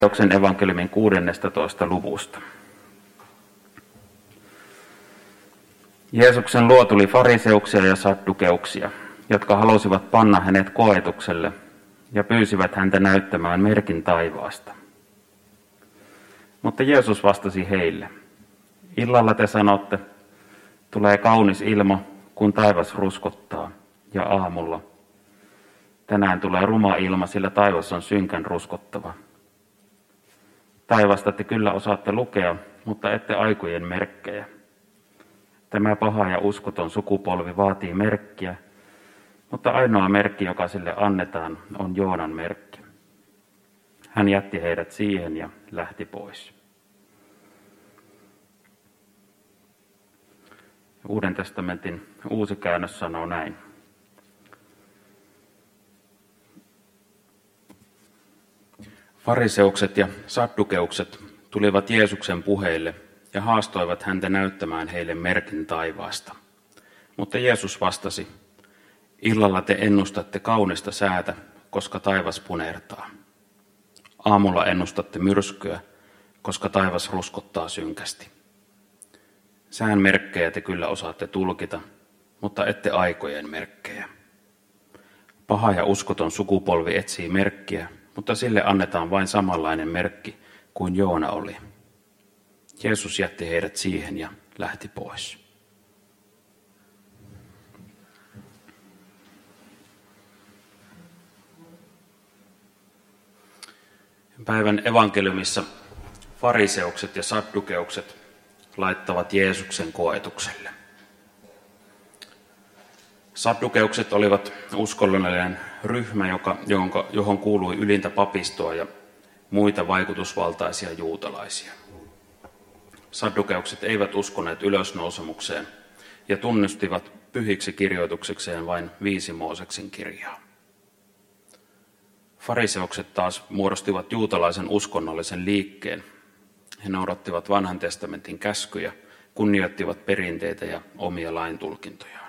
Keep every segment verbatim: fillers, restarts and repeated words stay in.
Matteuksen evankeliumin kuudennestatoista luvusta. Jeesuksen luo tuli fariseuksia ja saddukeuksia, jotka halusivat panna hänet koetukselle ja pyysivät häntä näyttämään merkin taivaasta. Mutta Jeesus vastasi heille, illalla te sanotte, tulee kaunis ilma, kun taivas ruskottaa, ja aamulla. Tänään tulee ruma ilma, sillä taivas on synkän ruskottava. Taivasta te kyllä osaatte lukea, mutta ette aikojen merkkejä. Tämä paha ja uskoton sukupolvi vaatii merkkiä, mutta ainoa merkki, joka sille annetaan, on Joonan merkki. Hän jätti heidät siihen ja lähti pois. Uuden testamentin uusi käännös sanoo näin. Fariseukset ja saddukeukset tulivat Jeesuksen puheille ja haastoivat häntä näyttämään heille merkin taivaasta. Mutta Jeesus vastasi, illalla te ennustatte kaunista säätä, koska taivas punertaa. Aamulla ennustatte myrskyä, koska taivas ruskottaa synkästi. Sään merkkejä te kyllä osaatte tulkita, mutta ette aikojen merkkejä. Paha ja uskoton sukupolvi etsii merkkiä, mutta sille annetaan vain samanlainen merkki kuin Joona oli. Jeesus jätti heidät siihen ja lähti pois. Päivän evankeliumissa fariseukset ja saddukeukset laittavat Jeesuksen koetukselle. Saddukeukset olivat uskonnollinen ryhmä, joka, jonka, johon kuului ylintä papistoa ja muita vaikutusvaltaisia juutalaisia. Saddukeukset eivät uskoneet ylösnousemukseen ja tunnustivat pyhiksi kirjoituksikseen vain viisi Mooseksen kirjaa. Fariseukset taas muodostivat juutalaisen uskonnollisen liikkeen. He noudattivat vanhan testamentin käskyjä, kunnioittivat perinteitä ja omia laintulkintojaan.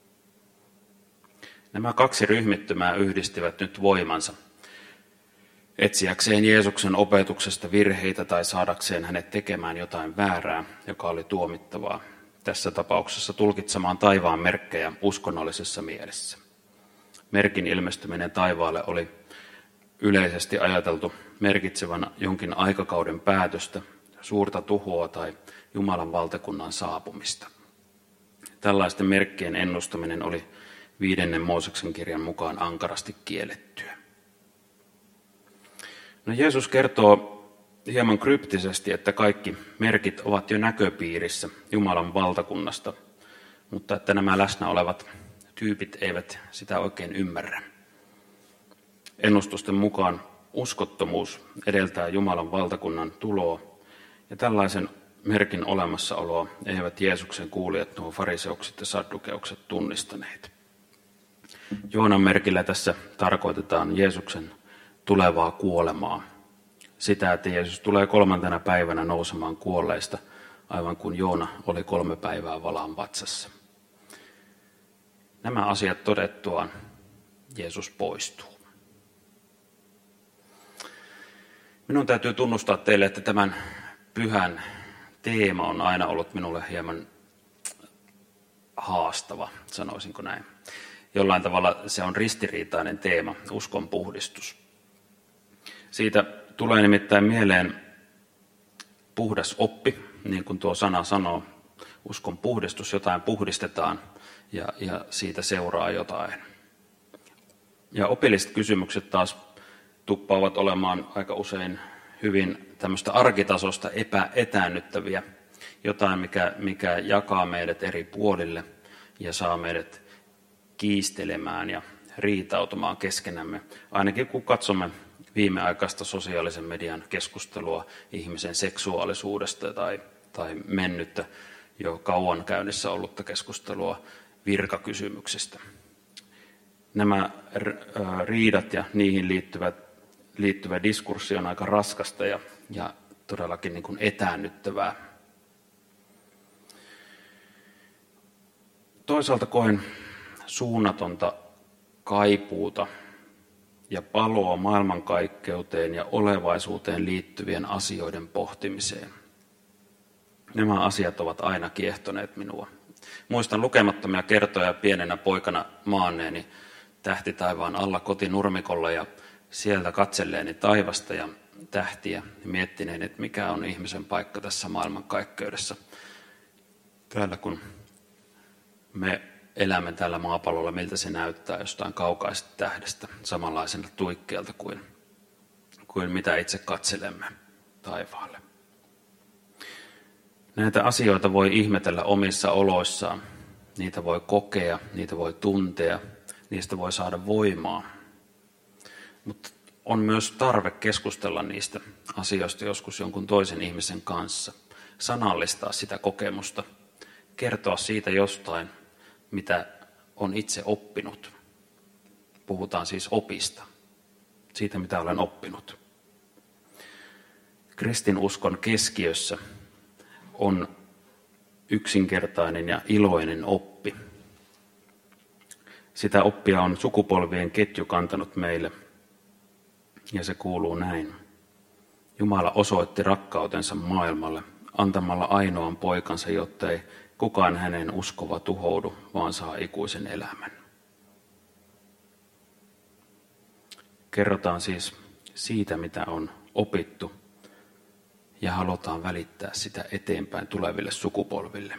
Nämä kaksi ryhmittymää yhdistivät nyt voimansa etsiäkseen Jeesuksen opetuksesta virheitä tai saadakseen hänet tekemään jotain väärää, joka oli tuomittavaa. Tässä tapauksessa tulkitsemaan taivaan merkkejä uskonnollisessa mielessä. Merkin ilmestyminen taivaalle oli yleisesti ajateltu merkitsevän jonkin aikakauden päätöstä, suurta tuhoa tai Jumalan valtakunnan saapumista. Tällaisten merkkien ennustaminen oli viidennen Mooseksen kirjan mukaan ankarasti kiellettyä. No Jeesus kertoo hieman kryptisesti, että kaikki merkit ovat jo näköpiirissä Jumalan valtakunnasta, mutta että nämä läsnä olevat tyypit eivät sitä oikein ymmärrä. Ennustusten mukaan uskottomuus edeltää Jumalan valtakunnan tuloa, ja tällaisen merkin olemassaoloa eivät Jeesuksen kuulijat, nuo fariseukset ja saddukeukset, tunnistaneet. Joonan merkillä tässä tarkoitetaan Jeesuksen tulevaa kuolemaa. Sitä, että Jeesus tulee kolmantena päivänä nousemaan kuolleista, aivan kuin Joona oli kolme päivää valaan vatsassa. Nämä asiat todettuaan Jeesus poistuu. Minun täytyy tunnustaa teille, että tämän pyhän teema on aina ollut minulle hieman haastava, sanoisinko näin. Jollain tavalla se on ristiriitainen teema, uskon puhdistus. Siitä tulee nimittäin mieleen puhdas oppi, niin kuin tuo sana sanoo, uskon puhdistus, jotain puhdistetaan ja, ja siitä seuraa jotain. Ja opilliset kysymykset taas tuppaavat olemaan aika usein hyvin tämmöistä arkitasosta epä, etäännyttäviä, jotain mikä, mikä jakaa meidät eri puolille ja saa meidät kiistelemään ja riitautumaan keskenämme, ainakin kun katsomme viimeaikaista sosiaalisen median keskustelua ihmisen seksuaalisuudesta tai, tai mennyttä jo kauan käynnissä ollutta keskustelua virkakysymyksistä. Nämä riidat ja niihin liittyvät, liittyvä diskurssi on aika raskasta ja, ja todellakin niin kuin etäännyttävää. Toisaalta koen suunnatonta kaipuuta ja paloa maailmankaikkeuteen ja olevaisuuteen liittyvien asioiden pohtimiseen. Nämä asiat ovat aina kiehtoneet minua. Muistan lukemattomia kertoja pienenä poikana maanneeni tähtitaivaan alla kotinurmikolla ja sieltä katselleeni taivasta ja tähtiä ja miettineeni, että mikä on ihmisen paikka tässä maailmankaikkeudessa. Täällä kun me elämme tällä maapallolla, miltä se näyttää jostain kaukaisesta tähdestä, samanlaisena tuikkeelta kuin, kuin mitä itse katselemme taivaalle. Näitä asioita voi ihmetellä omissa oloissaan. Niitä voi kokea, niitä voi tuntea, niistä voi saada voimaa. Mutta on myös tarve keskustella niistä asioista joskus jonkun toisen ihmisen kanssa. Sanallistaa sitä kokemusta, kertoa siitä jostain, mitä on itse oppinut. Puhutaan siis opista, siitä mitä olen oppinut. Kristinuskon keskiössä on yksinkertainen ja iloinen oppi. Sitä oppia on sukupolvien ketju kantanut meille, ja se kuuluu näin. Jumala osoitti rakkautensa maailmalle antamalla ainoan poikansa, jotta ei kukaan hänen uskova tuhoudu, vaan saa ikuisen elämän. Kerrotaan siis siitä, mitä on opittu, ja halutaan välittää sitä eteenpäin tuleville sukupolville.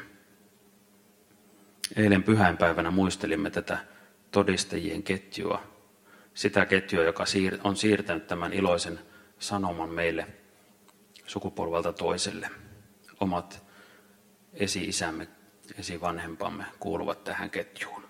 Eilen pyhäinpäivänä muistelimme tätä todistajien ketjua, sitä ketjua, joka on siirtänyt tämän iloisen sanoman meille sukupolvelta toiselle. Omat esi-isämme, esivanhempamme kuuluvat tähän ketjuun.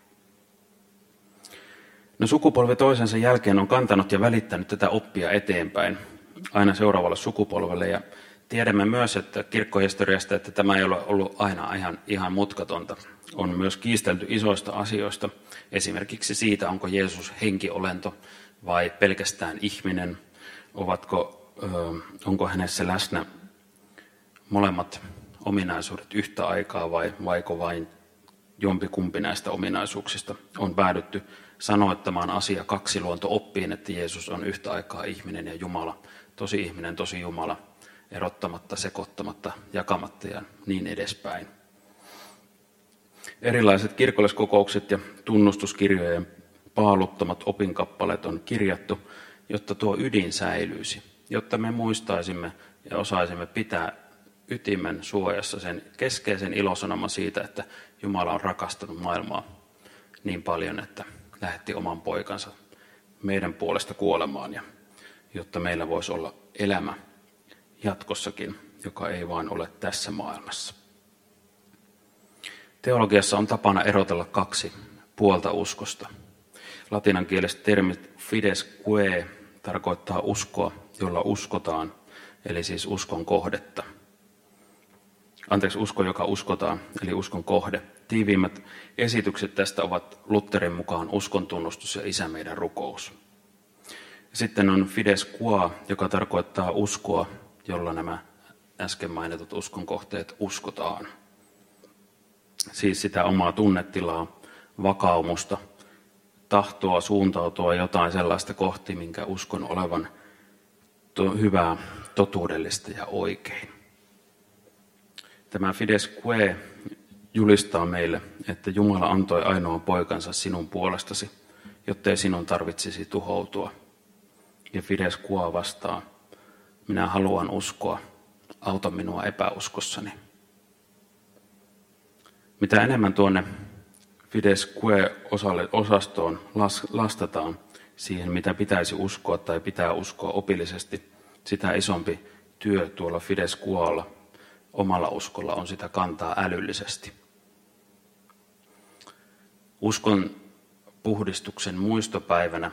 No, sukupolvi toisensa jälkeen on kantanut ja välittänyt tätä oppia eteenpäin aina seuraavalle sukupolvelle, ja tiedämme myös, että kirkkohistoriasta, että tämä ei ole ollut aina ihan, ihan mutkatonta. On myös kiistelty isoista asioista, esimerkiksi siitä, onko Jeesus henkiolento vai pelkästään ihminen, ovatko, ö, onko hänessä läsnä molemmat ominaisuudet yhtä aikaa vai vaiko vain jompikumpi näistä ominaisuuksista. On päädytty sanoittamaan asia kaksiluonto-oppiin, että Jeesus on yhtä aikaa ihminen ja Jumala, tosi ihminen, tosi Jumala, erottamatta, sekoittamatta, jakamatta ja niin edespäin. Erilaiset kirkolliskokoukset ja tunnustuskirjojen paaluttamat opinkappaleet on kirjattu, jotta tuo ydin säilyisi, jotta me muistaisimme ja osaisimme pitää ytimen suojassa sen keskeisen ilosanoman siitä, että Jumala on rakastanut maailmaa niin paljon, että lähetti oman poikansa meidän puolesta kuolemaan, ja jotta meillä voisi olla elämä jatkossakin, joka ei vain ole tässä maailmassa. Teologiassa on tapana erotella kaksi puolta uskosta. Latinankieliset termit fides quae tarkoittaa uskoa, jolla uskotaan, eli siis uskon kohdetta. Anteeksi, usko, joka uskotaan, eli uskon kohde. Tiiviimmät esitykset tästä ovat Lutherin mukaan uskon tunnustus ja Isä meidän rukous. Sitten on fides qua, joka tarkoittaa uskoa, jolla nämä äsken mainitut uskon kohteet uskotaan. Siis sitä omaa tunnetilaa, vakaumusta, tahtoa suuntautua jotain sellaista kohti, minkä uskon olevan to- hyvää, totuudellista ja oikein. Tämä fides quae julistaa meille, että Jumala antoi ainoan poikansa sinun puolestasi, jottei sinun tarvitsisi tuhoutua. Ja fides qua vastaa, minä haluan uskoa, auta minua epäuskossani. Mitä enemmän tuonne fides quae-osastoon lastataan siihen, mitä pitäisi uskoa tai pitää uskoa opillisesti, sitä isompi työ tuolla fides quaella omalla uskolla on sitä kantaa älyllisesti. Uskon puhdistuksen muistopäivänä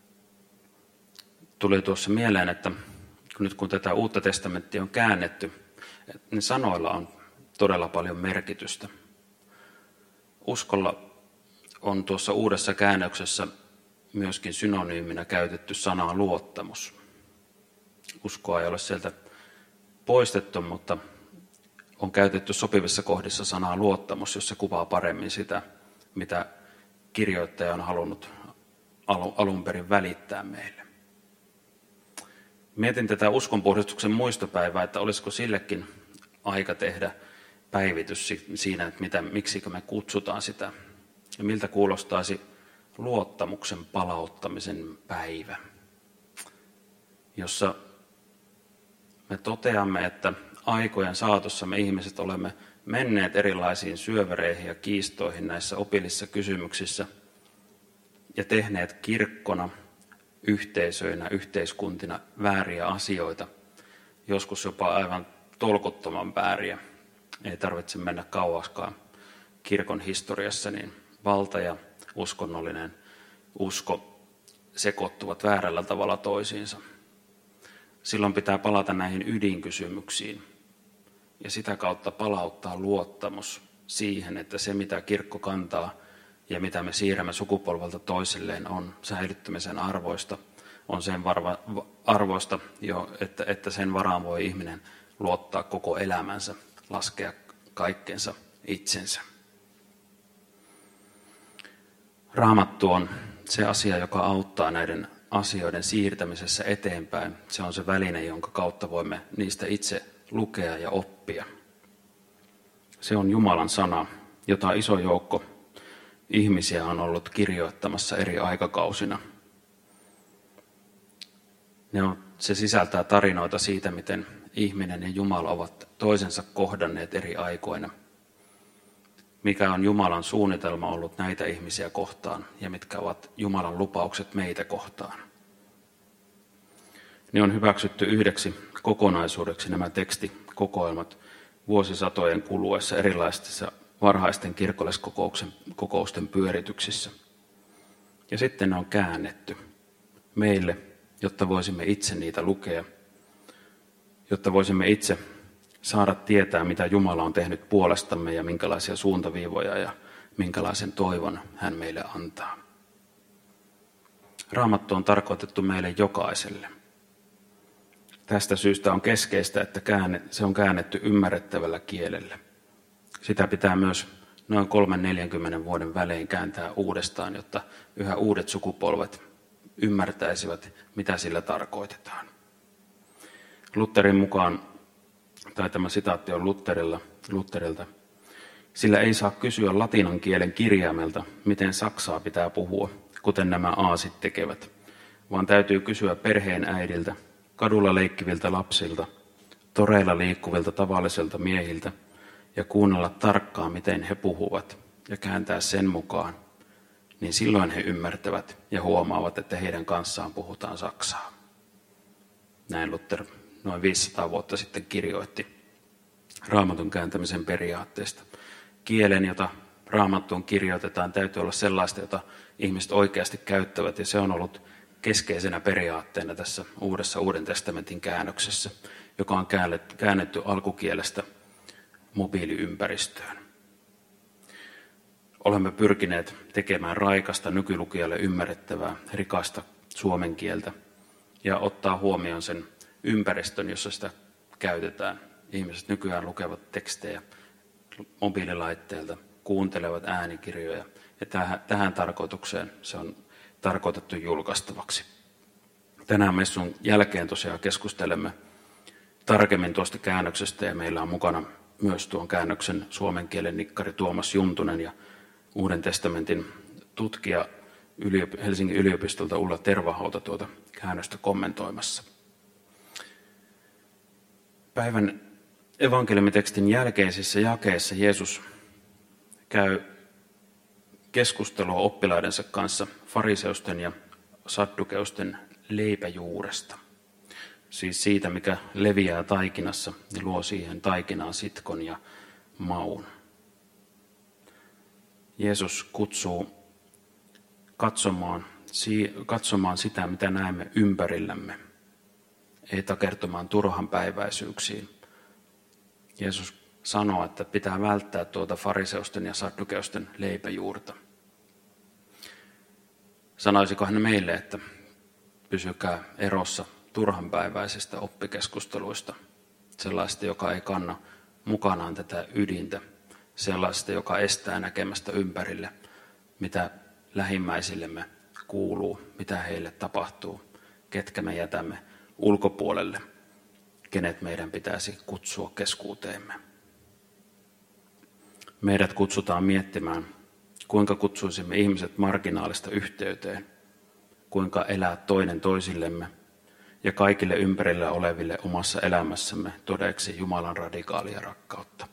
tuli tuossa mieleen, että nyt kun tätä Uutta testamenttia on käännetty, niin sanoilla on todella paljon merkitystä. Uskolla on tuossa uudessa käännöksessä myöskin synonyyminä käytetty sanaa luottamus. Uskoa ei ole sieltä poistettu, mutta on käytetty sopivissa kohdissa sanaa luottamus, jossa kuvaa paremmin sitä, mitä kirjoittaja on halunnut alun perin välittää meille. Mietin tätä uskonpuhdistuksen muistopäivää, että olisiko sillekin aika tehdä päivitys siinä, että mitä, miksikö me kutsutaan sitä. Ja miltä kuulostaisi luottamuksen palauttamisen päivä, jossa me toteamme, että aikojen saatossa me ihmiset olemme menneet erilaisiin syövereihin ja kiistoihin näissä opillisissa kysymyksissä ja tehneet kirkkona, yhteisöinä, yhteiskuntina vääriä asioita, joskus jopa aivan tolkuttoman vääriä. Ei tarvitse mennä kauaskaan kirkon historiassa, niin valta ja uskonnollinen usko sekoittuvat väärällä tavalla toisiinsa. Silloin pitää palata näihin ydinkysymyksiin ja sitä kautta palauttaa luottamus siihen, että se mitä kirkko kantaa ja mitä me siirrämme sukupolvelta toisilleen on säilyttämisen arvoista, on sen varva, arvoista, jo, että, että sen varaan voi ihminen luottaa koko elämänsä, laskea kaikkensa itsensä. Raamattu on se asia, joka auttaa näiden asioiden siirtämisessä eteenpäin. Se on se väline, jonka kautta voimme niistä itse lukea ja oppia. Se on Jumalan sana, jota iso joukko ihmisiä on ollut kirjoittamassa eri aikakausina. Ne on, se sisältää tarinoita siitä, miten ihminen ja Jumala ovat toisensa kohdanneet eri aikoina. Mikä on Jumalan suunnitelma ollut näitä ihmisiä kohtaan ja mitkä ovat Jumalan lupaukset meitä kohtaan. Ne on hyväksytty yhdeksi kokonaisuudeksi nämä tekstikokoelmat vuosisatojen kuluessa erilaisissa varhaisten kirkolliskokousten pyörityksissä. Ja sitten ne on käännetty meille, jotta voisimme itse niitä lukea, jotta voisimme itse saada tietää, mitä Jumala on tehnyt puolestamme ja minkälaisia suuntaviivoja ja minkälaisen toivon hän meille antaa. Raamattu on tarkoitettu meille jokaiselle. Tästä syystä on keskeistä, että se on käännetty ymmärrettävällä kielellä. Sitä pitää myös noin kolmen neljänkymmenen vuoden välein kääntää uudestaan, jotta yhä uudet sukupolvet ymmärtäisivät, mitä sillä tarkoitetaan. Lutherin mukaan, tai tämä sitaatti on Lutherilla, Lutherilta, sillä ei saa kysyä latinan kielen kirjaimelta, miten saksaa pitää puhua, kuten nämä aasit tekevät, vaan täytyy kysyä perheen äidiltä, kadulla leikkiviltä lapsilta, toreilla liikkuvilta tavallisilta miehiltä ja kuunnella tarkkaan, miten he puhuvat ja kääntää sen mukaan, niin silloin he ymmärtävät ja huomaavat, että heidän kanssaan puhutaan saksaa. Näin Luther noin viisisataa vuotta sitten kirjoitti Raamatun kääntämisen periaatteesta. Kielen, jota Raamattuun kirjoitetaan, täytyy olla sellaista, jota ihmiset oikeasti käyttävät, ja se on ollut keskeisenä periaatteena tässä uudessa Uuden testamentin käännöksessä, joka on käännetty alkukielestä mobiiliympäristöön. Olemme pyrkineet tekemään raikasta, nykylukijalle ymmärrettävää, rikasta suomen kieltä ja ottaa huomioon sen ympäristön, jossa sitä käytetään. Ihmiset nykyään lukevat tekstejä mobiililaitteilta, kuuntelevat äänikirjoja ja tähän, tähän tarkoitukseen se on tarkoitettu julkaistavaksi. Tänään messun jälkeen tosiaan keskustelemme tarkemmin tuosta käännöksestä ja meillä on mukana myös tuon käännöksen suomen kielen nikkari Tuomas Juntunen ja Uuden testamentin tutkija Helsingin yliopistolta Ulla Tervahauta tuota käännöstä kommentoimassa. Päivän evankeliumitekstin jälkeisissä jakeissa Jeesus käy keskustelua oppilaidensa kanssa fariseusten ja saddukeusten leipäjuuresta. Siis siitä, mikä leviää taikinassa ja luo siihen taikinaan sitkon ja maun. Jeesus kutsuu katsomaan, katsomaan sitä, mitä näemme ympärillämme, ei takertumaan turhanpäiväisyyksiin. Jeesus sanoo, että pitää välttää tuota fariseusten ja saddukeusten leipäjuurta. Sanoisiko hän meille, että pysykää erossa turhanpäiväisistä oppikeskusteluista, sellaista, joka ei kanna mukanaan tätä ydintä, sellaista, joka estää näkemästä ympärille, mitä lähimmäisillemme kuuluu, mitä heille tapahtuu, ketkä me jätämme ulkopuolelle, kenet meidän pitäisi kutsua keskuuteemme. Meidät kutsutaan miettimään, kuinka kutsuisimme ihmiset marginaalista yhteyteen, kuinka elää toinen toisillemme ja kaikille ympärillä oleville omassa elämässämme todeksi Jumalan radikaalia rakkautta.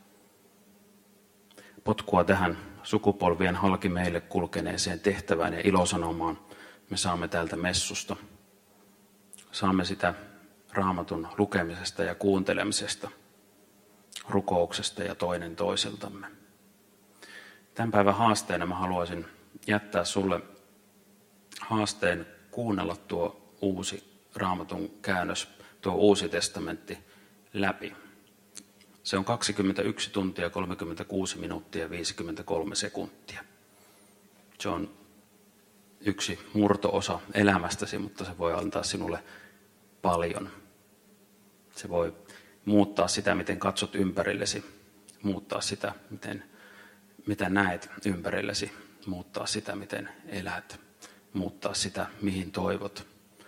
Potkua tähän sukupolvien halki meille kulkeneeseen tehtävään ja ilosanomaan me saamme täältä messusta. Saamme sitä Raamatun lukemisesta ja kuuntelemisesta, rukouksesta ja toinen toisiltamme. Tämän päivän haasteena mä haluaisin jättää sulle haasteen kuunnella tuo uusi Raamatun käännös, tuo uusi testamentti läpi. Se on kaksikymmentäyksi tuntia, kolmekymmentäkuusi minuuttia ja viisikymmentäkolme sekuntia. Se on yksi murto-osa elämästäsi, mutta se voi antaa sinulle paljon. Se voi muuttaa sitä, miten katsot ympärillesi, muuttaa sitä, miten, mitä näet ympärillesi, muuttaa sitä, miten elät, muuttaa sitä, mihin toivot.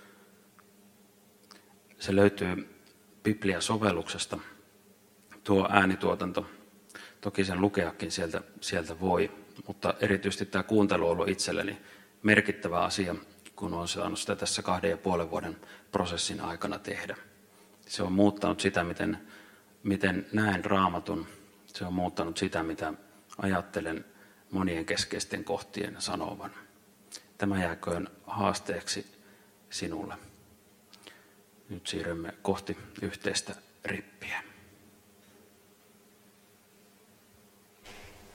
Se löytyy Biblia-sovelluksesta, tuo äänituotanto. Toki sen lukeakin sieltä, sieltä voi, mutta erityisesti tämä kuuntelu on ollut itselleni merkittävä asia, kun olen saanut sitä tässä kahden ja puolen vuoden prosessin aikana tehdä. Se on muuttanut sitä, miten, miten näen Raamatun. Se on muuttanut sitä, mitä ajattelen monien keskeisten kohtien sanovan. Tämä jääköön haasteeksi sinulle. Nyt siirrymme kohti yhteistä rippiä.